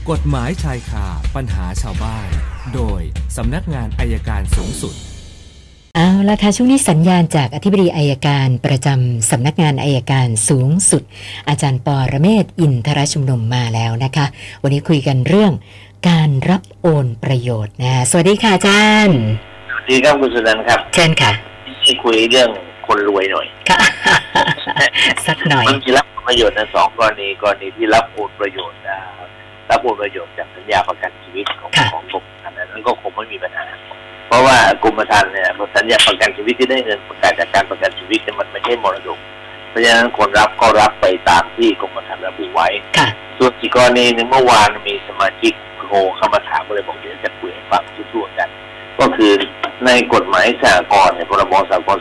กฎหมายชายคาปัญหาชาวบ้านโดยสำนักงานอัยการสูงสุดเอาละค่ะช่วงนี้สัญญาณจากอธิบดีอัยการประจำสำนักงานอัยการสูงสุดอาจารย์ปรเมศวร์อินทรชุมนุมมาแล้วนะคะวันนี้คุยกันเรื่องการรับโอนประโยชน์นะสวัสดีค่ะอาจารย์สวัสดีครับคุณสุนันท์ครับเชิญค่ะที่คุยเรื่องคนรวยหน่อยค่ะ สักหน่อยมันมีรับประโยชน์นะสองกรณีที่รับโอนประโยชน์รับโอนประโยชน์จากสัญญาประกันชีวิตของกรมธรรม์นั้นก็คงไม่มีปัญหาเพราะว่ากรมธรรม์เนี่ยสัญญาประกันชีวิตที่ได้เงินประกันจากการประกันชีวิตเนี่ยมันไม่ใช่มรดกเพราะฉะนั้นคนรับก็รับไปตามที่กรมธรรม์ระบุไว้ส่วนอีกกรณีนึงเมื่อวานมีสมาชิกโทรเข้ามาถามเลยบอกเดี๋ยวจะคุยให้ฟังทั่วๆกันก็คือในกฎหมายสหกรณ์เนี่ยพรบสหกรณ์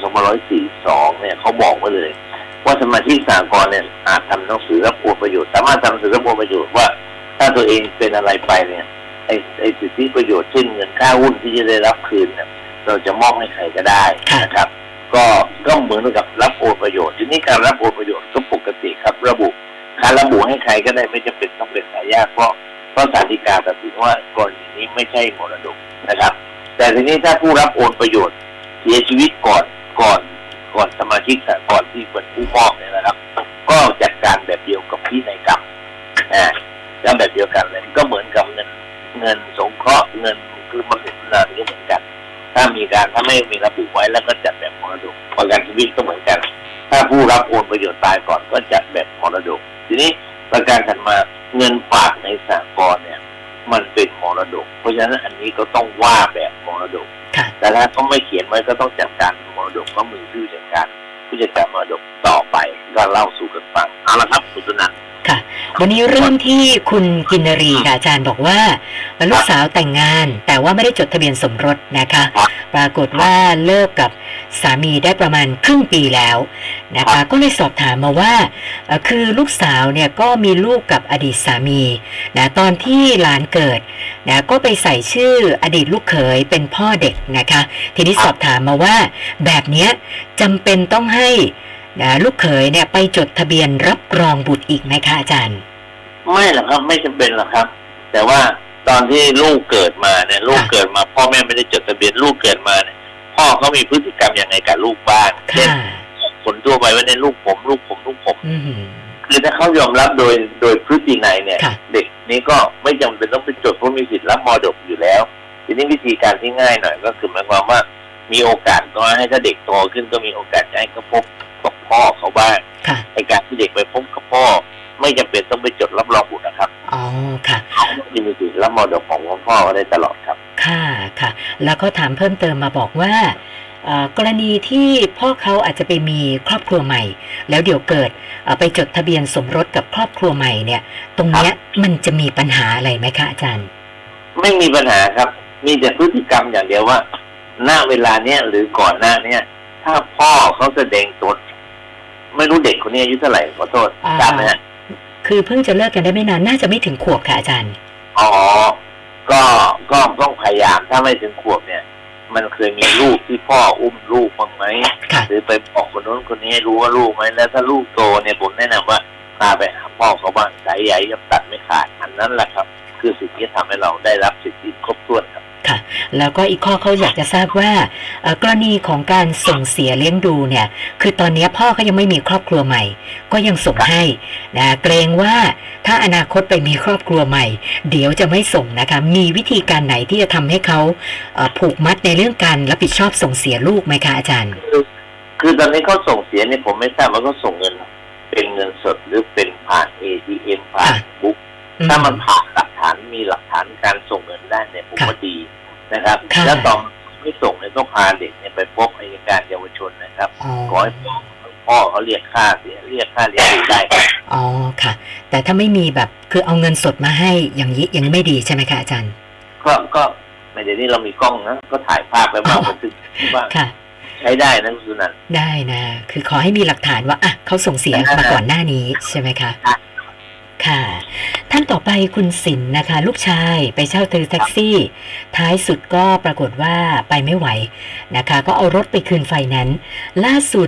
2542เนี่ยเขาบอกไว้เลยว่าสมาชิกสหกรณ์เนี่ยอาจทำหนังสือรับโอนประโยชน์สามารถทำหนังสือรับโอนประโยชน์ว่าถ้าตัวเองเป็นอะไรไปเนี่ยไอ้สิทธิประโยชน์เช่นเงินค่าหุ้นที่จะได้รับคืนเนี่ยเราจะมอบให้ใครก็ได้นะครับก็เหมือนกับรับโอนประโยชน์ทีนี้การรับโอนประโยชน์ก็ปกติครับระบุให้ใครก็ได้ไม่จำเป็นต้องเป็นทายาทเพราะศาลฎีกาตัดสินว่ากรณีนี้ไม่ใช่มรดกนะครับแต่ทีนี้ถ้าผู้รับโอนประโยชน์เสียชีวิตก่อนสมาชิกสหกรณ์ที่เป็นผู้มอบเนี่ยนะครับก็จัดการแบบเดียวกับพินัยกรรมแล้วแบบเดียวกันเลยก็เหมือนกับเงินสงเคราะห์เงินคือบำเหน็จบำนาญก็เหมือนกันถ้าไม่มีระบุไว้แล้วก็จัดแบบมรดกประกันชีวิตก็เหมือนกันถ้าผู้รับโอนประโยชน์ตายก่อนก็จัดแบบมรดกทีนี้ประการถัดมาเงินฝากในสหกรณ์เนี่ยมันเป็นมรดกเพราะฉะนั้นอันนี้ก็ต้องว่าแบบมรดกแต่ถ้าเขาไม่เขียนไว้ก็ต้องจัดการมรดกก็มีผู้จัดการมรดกต่อไปก็เล่าสู่กันฟังเอาละครับคุณสุนันท์ค่ะวันนี้เริ่มที่คุณกินรีค่ะอาจารย์บอกว่าลูกสาวแต่งงานแต่ว่าไม่ได้จดทะเบียนสมรสนะคะปรากฏว่าเลิกกับสามีได้ประมาณครึ่งปีแล้วนะคะก็เลยสอบถามมาว่าคือลูกสาวเนี่ยก็มีลูกกับอดีตสามีนะตอนที่หลานเกิดนะก็ไปใส่ชื่ออดีตลูกเขยเป็นพ่อเด็กนะคะทีนี้สอบถามมาว่าแบบนี้จำเป็นต้องให้ลูกเขยเนี่ยไปจดทะเบียนรับรองบุตรอีกไหมคะอาจารย์ไม่หรอกครับไม่จำเป็นหรอกครับแต่ว่าตอนที่ลูกเกิดมาเนี่ยลูกเกิดมาพ่อแม่ไม่ได้จดทะเบียนลูกเกิดมาเนี่ยพ่อเขามีพฤติกรรมยังไงกับลูกบ้างเช่นคนทั่วไปว่าในลูกผมคือถ้าเขายอมรับโดยพฤตินัยเนี่ยเด็กนี้ก็ไม่จำเป็นต้องไปจดเพราะมีสิทธิ์รับมรดกอยู่แล้วทีนี้วิธีการที่ง่ายหน่อยก็คือหมายความว่ามีโอกาสก็ให้ถ้าเด็กโตขึ้นก็มีโอกาสให้เขาพบกับพ่อเขาบ้างในการที่เด็กไปพบกับพ่อไม่จำเป็นต้องไปจดรับรองบุตรนะครับอ๋อค่ะเขาจะมีสิทธิ์รับมรดกของพ่อได้ตลอดครับค่ะแล้วก็ถามเพิ่มเติมมาบอกว่ากรณีที่พ่อเขาอาจจะไปมีครอบครัวใหม่แล้วเดี๋ยวเกิดไปจดทะเบียนสมรสกับครอบครัวใหม่เนี่ยตรงเนี้ยมันจะมีปัญหาอะไรไหมคะอาจารย์ไม่มีปัญหาครับมีแต่พฤติกรรมอย่างเดียวว่าณเวลาเนี้ยหรือก่อนหน้าเนี้ยถ้าพ่อเขาแสดงตนไม่รู้เด็กคนนี้อายุเท่าไหร่ขอโทษทราบไหมฮะคือเพิ่งจะเลิกกันได้ไม่นานน่าจะไม่ถึงขวบค่ะอาจารย์ก็ต้องพยายามถ้าไม่ถึงขวบเนี่ยมันเคยมีลูกที่พ่ออุ้มลูกบ้างไหมหรือไปบอกคนโน้นคนนี้ให้รู้ว่าลูกไหมแล้วถ้าลูกโตเนี่ยผมแนะนำว่าพาไปหาพ่อเขาบ้างสายใยยังตัดไม่ขาดอันนั้นแหละครับคือสิ่งที่ทำให้เราได้รับสิทธิครบถ้วนครับค่ะแล้วก็อีกข้อเขาอยากจะทราบว่ากรณีของการส่งเสียเลี้ยงดูเนี่ยคือตอนนี้พ่อเขายังไม่มีครอบครัวใหม่ก็ยังส่งให้นะเกรงว่าถ้าอนาคตไปมีครอบครัวใหม่เดี๋ยวจะไม่ส่งนะคะมีวิธีการไหนที่จะทำให้เขาผูกมัดในเรื่องการรับผิดชอบส่งเสียลูกไหมคะอาจารย์คือตอนนี้เขาส่งเสียเนี่ยผมไม่ทราบว่าเขาส่งเงินเป็นเงินสดหรือเป็นผ่าน ATM ผ่านบุ๊กถ้ามันผ่านหลักฐานมีหลักฐานการส่งเงินได้เนี่ยผมว่าดีนะครับแล้วตอนไม่ส่งเนี่ยต้องพาเด็กเนี่ยไปพบอัยการเยาวชนนะครับขอให้พ่อเขาเรียกค่าเลี้ยงดูได้อ๋อค่ะแต่ถ้าไม่มีแบบคือเอาเงินสดมาให้อย่างนี้ยังไม่ดีใช่ไหมคะอาจารย์ก็ในเดี๋ยวนี้เรามีกล้องนะก็ถ่ายภาพไปบ้างบันทึกบ้างใช้ได้นะคุณนันได้นะคือขอให้มีหลักฐานว่าอ่ะเขาส่งเสียมาก่อนหน้านี้ใช่ไหมคะค่ะท่านต่อไปคุณสินนะคะลูกชายไปเช่าซื้อแท็กซี่ท้ายสุดก็ปรากฏว่าไปไม่ไหวนะคะก็เอารถไปคืนไฟแนนซ์ล่าสุด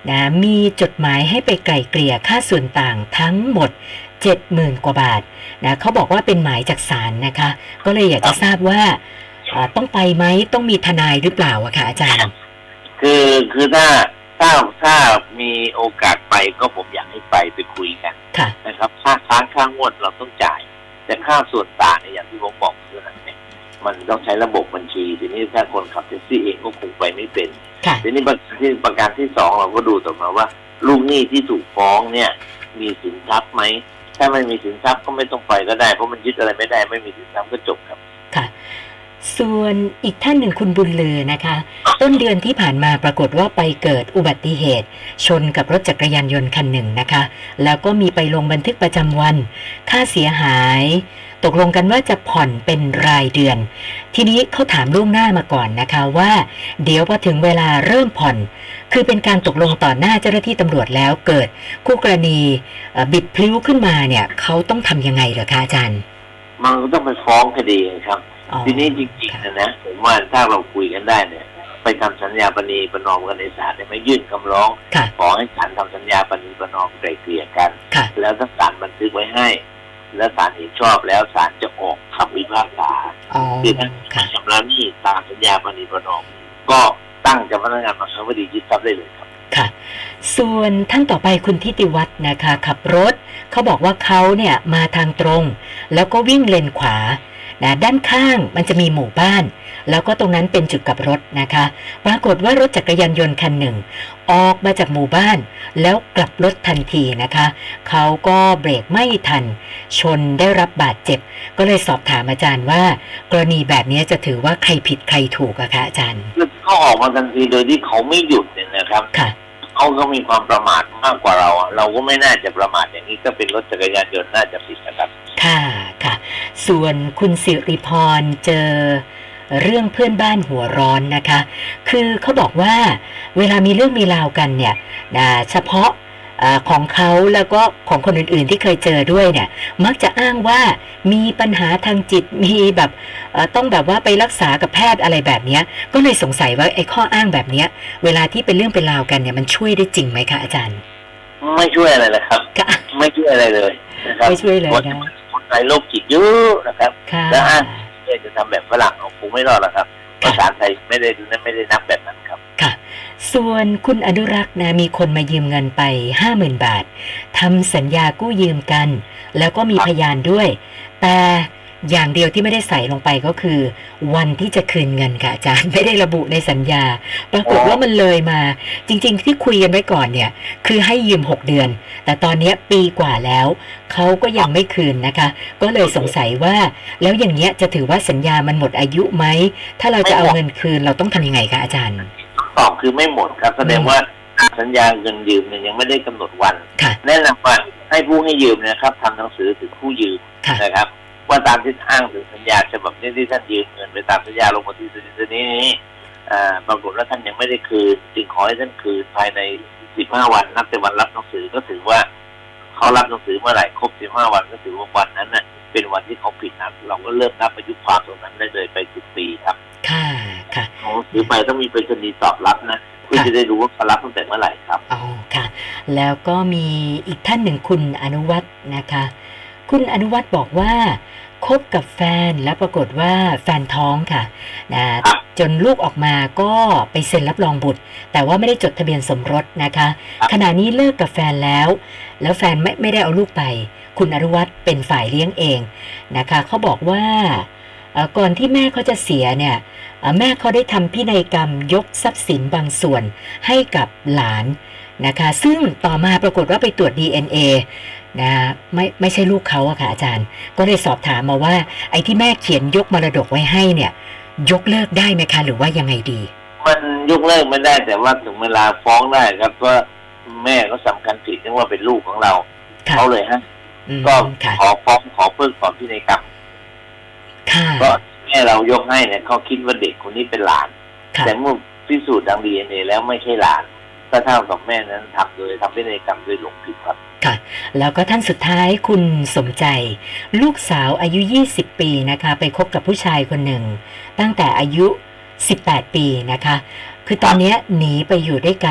นะมีจดหมายให้ไปไกล่เกลี่ยค่าส่วนต่างทั้งหมด 70,000 กว่าบาทนะเขาบอกว่าเป็นหมายจากศาลนะคะก็เลยอยากจะทราบว่าต้องไปไหมต้องมีทนายหรือเปล่าอะคะอาจารย์คือถ้ามีโอกาสไปก็ผมอยากให้ไปคุยกันนะครับค่าค้างค่างวดเราต้องจ่ายแต่ค่าส่วนต่างเนี่ยอย่างที่ผมบอกคืออะไรเนี่ยมันต้องใช้ระบบบัญชีทีนี้ถ้าคนขับแท็กซี่เองก็คงไปไม่เป็นทีนี้ประการที่2เราก็ดูต่อมาว่าลูกหนี้ที่ถูกฟ้องเนี่ยมีสินทรัพย์ไหมถ้าไม่มีสินทรัพย์ก็ไม่ต้องไปก็ได้เพราะมันยึดอะไรไม่ได้ไม่มีสินทรัพย์ก็จบครับค่ะส่วนอีกท่านหนึ่งคุณบุญลือนะคะต้นเดือนที่ผ่านมาปรากฏว่าไปเกิดอุบัติเหตุชนกับรถจักรยานยนต์คันหนึ่งนะคะแล้วก็มีไปลงบันทึกประจำวันค่าเสียหายตกลงกันว่าจะผ่อนเป็นรายเดือนทีนี้เขาถามล่วงหน้ามาก่อนนะคะว่าเดี๋ยวพอถึงเวลาเริ่มผ่อนคือเป็นการตกลงต่อหน้าเจ้าหน้าที่ตำรวจแล้วเกิดคู่กรณีบิดพลิ้วขึ้นมาเนี่ยเขาต้องทำยังไงเหรอคะอาจารย์มันก็ต้องไปฟ้องคดีครับทีนี้จริงๆนะผมว่าถ้าเราคุยกันได้เนี่ยไปทำสัญญาปณีประนอมกันในศาลเนี่ยไม่ยื่นคำร้องขอให้ศาลทำสัญญาปณีประนอมไกล่เกลี่ยกันแล้วถ้าศาลบันทึกไว้ให้และศาลเห็นชอบแล้วศาลจะออกคำพิพากษาคือถ้าชำระหนี้ตามสัญญาปณีประนอมก็ตั้งเจ้าพนักงานบังคับคดียึดทรัพย์ได้เลยครับค่ะส่วนท่านต่อไปคุณทิติวัฒน์นะคะขับรถเขาบอกว่าเขาเนี่ยมาทางตรงแล้วก็วิ่งเลนขวานะด้านข้างมันจะมีหมู่บ้านแล้วก็ตรงนั้นเป็นจุดกลับรถนะคะปรากฏว่ารถจักรยานยนต์คันหนึ่งออกมาจากหมู่บ้านแล้วกลับรถทันทีนะคะเขาก็เบรกไม่ทันชนได้รับบาดเจ็บก็เลยสอบถามอาจารย์ว่ากรณีแบบนี้จะถือว่าใครผิดใครถูกอะคะอาจารย์เขาออกมาทันทีโดยที่เขาไม่หยุดเนี่ยนะครับค่ะเขาก็มีความประมาทมากกว่าเราก็ไม่น่าจะประมาทอย่างนี้ก็เป็นรถจักรยานยนต์น่าจะผิดนะครับค่ะค่ะส่วนคุณสิริพรเจอเรื่องเพื่อนบ้านหัวร้อนนะคะคือเขาบอกว่าเวลามีเรื่องมีราวกันเนี่ยเฉพาะของเขาแล้วก็ของคนอื่นๆที่เคยเจอด้วยเนี่ยมักจะอ้างว่ามีปัญหาทางจิตมีแบบต้องแบบว่าไปรักษากับแพทย์อะไรแบบนี้ก็เลยสงสัยว่าไอ้ข้ออ้างแบบนี้เวลาที่เป็นเรื่องเป็นราวกันเนี่ยมันช่วยได้จริงไหมคะอาจารย์ไม่ช่วยอะไรเลยครับไม่ช่วยอะไรเลยนะครับไม่ช่วยเลยนะคนไทยโรคจิตเยอะนะครับแล้วอ้างจะทำแบบฝรั่งคงไม่รอดหรอกครับภาษาไทยไม่ได้นับแบบนั้นครับค่ะส่วนคุณอนุรักษ์นะมีคนมายืมเงินไป 50,000 บาททำสัญญากู้ยืมกันแล้วก็มีพยานด้วยแต่อย่างเดียวที่ไม่ได้ใส่ลงไปก็คือวันที่จะคืนเงินค่ะอาจารย์ไม่ได้ระบุในสัญญาปรากฏว่ามันเลยมาจริงๆที่คุยกันไว้ก่อนเนี่ยคือให้ยืม6 เดือนแต่ตอนนี้ปีกว่าแล้วเขาก็ยังไม่คืนนะคะก็เลยสงสัยว่าแล้วอย่างเงี้ยจะถือว่าสัญญามันหมดอายุไหมถ้าเราจะเอาเงินคืนเราต้องทำยังไงคะอาจารย์ตอบคือไม่หมดครับแสดงว่าสัญญาเงินยืมเนี่ยยังไม่ได้กำหนดวันแนะนำว่าให้ผู้ให้ยืมนะครับทำหนังสือถึงผู้ยืมนะครับว่าตามที่อ้างถึงสัญญาฉบับนี้ที่ท่านยืมเงินไปตามสัญญาลงมาที่นี้ปรากฏว่าท่านยังไม่ได้คืนจึงขอให้ท่านคืนภายใน15 วันนับแต่วันรับหนังสือก็ถือว่าเขารับหนังสือเมื่อไหร่ครบ15 วันก็ถือว่าวันนั้นน่ะเป็นวันที่เขาผิดนัดเราก็เริ่มนับอายุความตรงนั้นได้เลยไป10 ปีครับค่ะค่ะหรือไปต้องมีไปรษณีย์ตอบรับนะเพื่อจะได้รู้ว่าเขารับตั้งแต่เมื่อไหร่ครับอ๋อค่ะแล้วก็มีอีกท่านหนึ่งคุณอนุวัฒน์นะคะคุณอนุวัฒน์บอกว่าคบกับแฟนแล้วปรากฏว่าแฟนท้องค่ะจนลูกออกมาก็ไปเซ็นรับรองบุตรแต่ว่าไม่ได้จดทะเบียนสมรสนะคะขณะนี้เลิกกับแฟนแล้วแฟนไม่ได้เอาลูกไปคุณอนุวัฒน์เป็นฝ่ายเลี้ยงเองนะคะเขาบอกว่าก่อนที่แม่เขาจะเสียเนี่ยแม่เขาได้ทำพินัยกรรมยกทรัพย์สินบางส่วนให้กับหลานนะคะซึ่งต่อมาปรากฏว่าไปตรวจ DNAนะไม่ใช่ลูกเขาอะค่ะอาจารย์ก็เลยสอบถามมาว่าไอ้ที่แม่เขียนยกมรดกไว้ให้เนี่ยยกเลิกได้ไหมคะหรือว่ายังไงดีมันยกเลิกไม่ได้แต่ว่าถึงเวลาฟ้องได้ครับว่าแม่ก็สำคัญผิดเนื่องว่าเป็นลูกของเราเขาเลยฮะก็ขอฟ้องขอเพิกถอนพินัยกรรมก็แม่เรายกให้เนี่ยเขาคิดว่าเด็กคนนี้เป็นหลานแต่เมื่อพิสูจน์ทาง DNA แล้วไม่ใช่หลานก็เท่ากับแม่นั้นทำพินัยกรรมโดยหลงผิดครับค่ะแล้วก็ท่านสุดท้ายคุณสมใจลูกสาวอายุ20 ปีนะคะไปคบกับผู้ชายคนหนึ่งตั้งแต่อายุ18 ปีนะคะคือตอนนี้หนีไปอยู่ด้วยกัน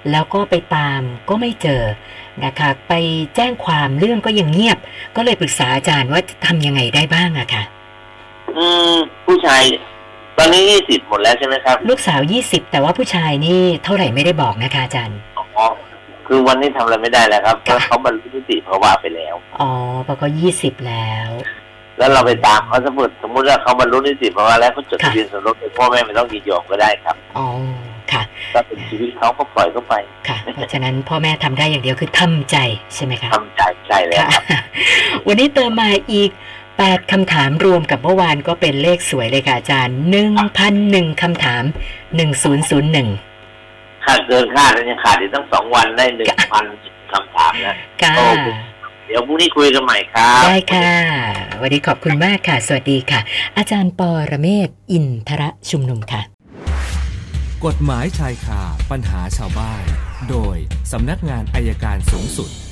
แล้วก็ไปตามก็ไม่เจอนะคะไปแจ้งความเรื่องก็ยังเงียบก็เลยปรึกษาอาจารย์ว่าจะทำยังไงได้บ้างอะค่ะผู้ชายตอนนี้20หมดแล้วใช่ไหมครับลูกสาว20แต่ว่าผู้ชายนี่เท่าไหร่ไม่ได้บอกนะคะอาจารย์คือวันนี้ทำอะไรไม่ได้แล้วครับเพราะเขาบรรลุนิติภาวะไปแล้วเพราะก็20แล้วเราไปตามเขาสมมติว่าเขาบรรลุนิติภาวะแล้วเขาจดทะเบียนสมรสกับพ่อแม่ไม่ต้องยินยอมก็ได้ครับค่ะถ้าเป็นชีวิตเขาก็ปล่อยเขาไปค่ะเพราะฉะนั้นพ่อแม่ทำได้อย่างเดียวคือทำใจใช่ไหมคะทำใจใช่แล้ววันนี้เติมมาอีก8คำถามรวมกับเมื่อวานก็เป็นเลขสวยเลยค่ะอาจารย์ 1,001 คำถาม1001 ขาดเกินคาดแล้วยังขาดอีกตั้ง2วันได้ 1,000 คำถามนะเดี๋ยวพรุ่งนี้คุยกันใหม่ครับได้ค่ะวันนี้ขอบคุณมากค่ะสวัสดีค่ะอาจารย์ปรเมศวร์อินทรชุมนุมค่ะกฎหมายชายคาปัญหาชาวบ้านโดยสำนักงานอัยการสูงสุด